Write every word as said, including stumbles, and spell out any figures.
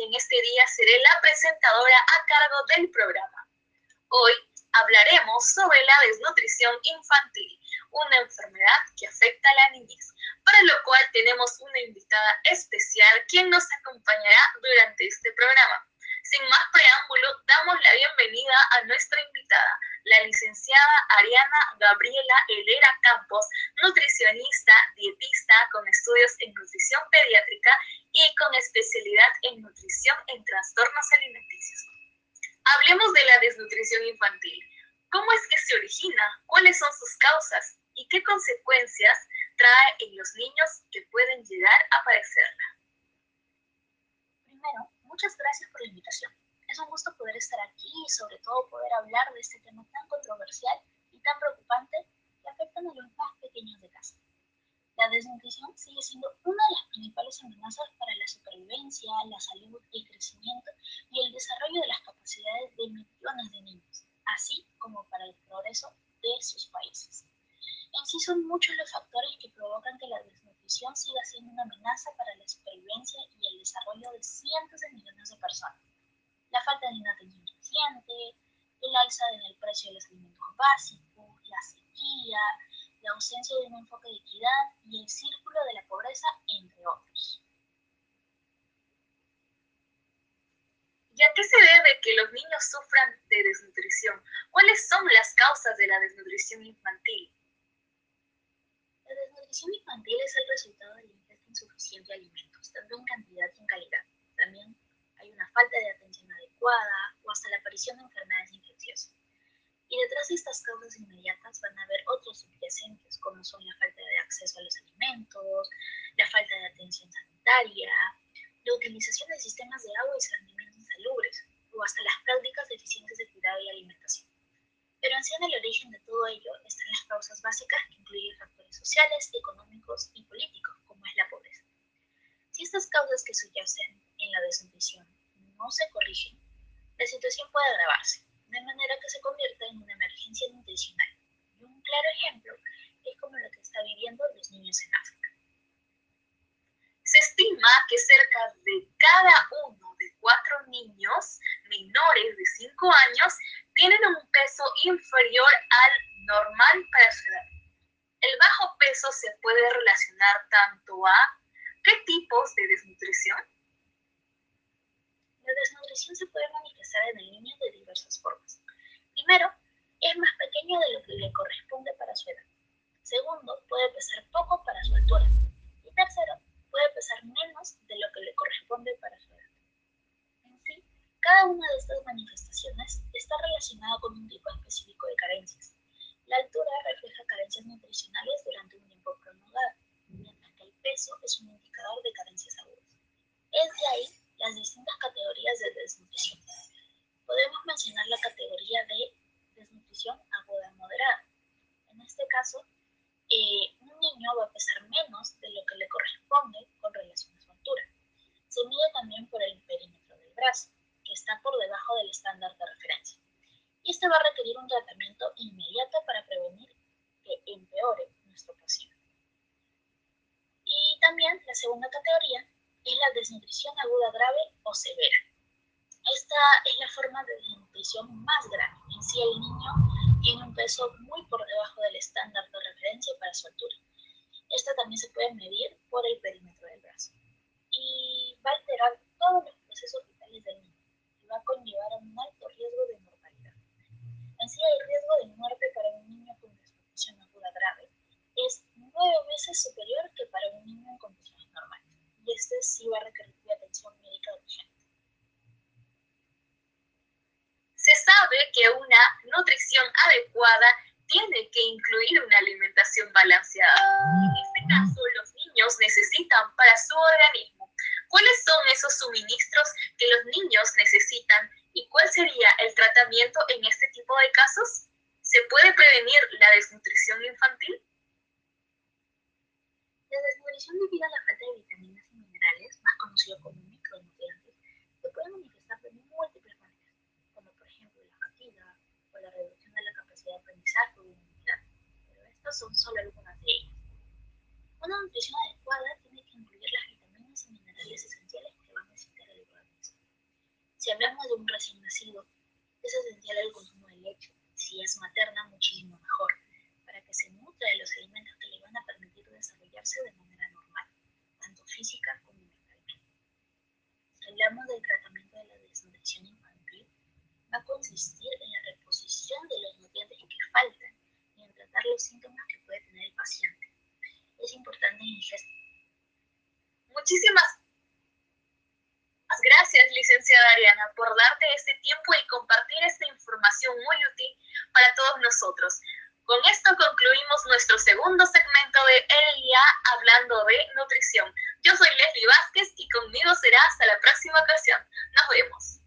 y en este día seré la presentadora a cargo del programa. Hoy hablaremos sobre la desnutrición infantil, una enfermedad que afecta a la niñez, para lo cual tenemos una invitada especial quien nos acompañará durante este programa. Sin más preámbulo, damos la bienvenida a nuestra invitada, la licenciada Ariana Gabriela Helera Campos, nutricionista, dietista con estudios en nutrición pediátrica y con especialidad en nutrición en trastornos alimenticios. Hablemos de la desnutrición infantil. ¿Cómo es que se origina? ¿Cuáles son sus causas? ¿Y qué consecuencias trae en los niños que pueden llegar a padecerla? Primero, muchas gracias por la invitación. Es un gusto poder estar aquí y sobre todo poder hablar de este tema tan controversial y tan preocupante que afecta a los más pequeños de casa. La desnutrición sigue siendo una de las principales amenazas para la supervivencia, la salud, el crecimiento y el desarrollo de las capacidades de millones de niños, así como para el progreso de sus países. En sí son muchos los factores que provocan que la desnutrición siga siendo una amenaza para la supervivencia y el desarrollo de cientos de millones de personas. La falta de una atención suficiente, el alza en el precio de los alimentos básicos, la sequía, la ausencia de un enfoque de equidad y el círculo de la pobreza, entre otros. ¿Y a qué se debe que los niños sufran de desnutrición? ¿Cuáles son las causas de la desnutrición infantil? La desnutrición infantil es el resultado de la ingesta insuficiente de alimentos, tanto en cantidad y en calidad. También hay una falta de atención adecuada o hasta la aparición de enfermedades infecciosas. Y detrás de estas causas inmediatas van a haber otros subyacentes, como son la falta de acceso a los alimentos, la falta de atención sanitaria, la utilización de sistemas de agua y rendimientos insalubres, o hasta las prácticas deficientes de cuidado y alimentación. Pero en sí en el origen de todo ello están las causas básicas que incluyen factores sociales, económicos y políticos, como es la pobreza. Si estas causas que subyacen en la desnutrición no se corrigen, la situación puede agravarse, de manera que se convierta en una emergencia nutricional. Y un claro ejemplo es como lo que están viviendo los niños en África. Se estima que cerca de cada uno de cuatro niños menores de cinco años tienen un peso inferior al normal para su edad. El bajo peso se puede relacionar tanto a ¿qué tipos de desnutrición? La desnutrición se puede manifestar en el niño de diversas formas. Primero, es más pequeño de lo que le corresponde para su edad. Segundo, puede pesar poco para su altura. Y tercero, puede pesar menos de lo que le corresponde para su edad. En sí, cada una de estas manifestaciones está relacionada con un tipo específico de carencias. La altura refleja carencias nutricionales durante un tiempo prolongado, mientras que el peso es un indicador de carencias agudas. Es de ahí las distintas categorías de desnutrición. Podemos mencionar la categoría de desnutrición aguda moderada. En este caso, eh, un niño va a pesar menos de lo que le corresponde con relación a su altura. Se mide también por el perímetro del brazo, que está por debajo del estándar de referencia. Y este va a requerir un tratamiento inmediato para prevenir que empeore nuestro paciente. Y también la segunda categoría es la desnutrición aguda grave o severa. Esta es la forma de desnutrición más grave. En sí, el niño tiene un peso muy por debajo del estándar de referencia para su altura. Esta también se puede medir por el perímetro del brazo. Y va a alterar todos los procesos vitales del niño y va a conllevar a un alto riesgo de mortalidad. En sí, el riesgo de muerte para un niño con desnutrición aguda grave es nueve veces superior que para un niño en condiciones normales. Y este sí va a requerir de atención médica urgente. Se sabe que una nutrición adecuada tiene que incluir una alimentación balanceada. En este caso, los niños necesitan para su organismo. ¿Cuáles son esos suministros que los niños necesitan y cuál sería el tratamiento en este tipo de casos? ¿Se puede prevenir la desnutrición infantil? La desnutrición debido a la falta de vitaminas y minerales, más conocido como micronutrientes, se puede manifestar de múltiples maneras, como por ejemplo la fatiga o la reducción de la capacidad de aprendizaje o de inmunidad, pero estas son solo algunas de ellas. Una nutrición adecuada tiene que incluir las vitaminas y minerales esenciales que va a necesitar el organismo. Si hablamos de un recién nacido, es esencial el consumo de leche. Si es materna, muchísimo mejor, para que se nutra de los alimentos que le van a permitir desarrollarse de manera normal, tanto física como mental. Si hablamos del tratamiento de la desnutrición infantil, va a consistir en la reposición de los nutrientes que faltan y en tratar los síntomas que puede tener el paciente. Es importante en el gesto. Muchísimas gracias, licenciada Ariana, por darte este tiempo y compartir esta información muy útil para todos nosotros. Con esto concluimos nuestro segundo segmento de El Día Hablando de Nutrición. Yo soy Leslie Vázquez y conmigo será hasta la próxima ocasión. Nos vemos.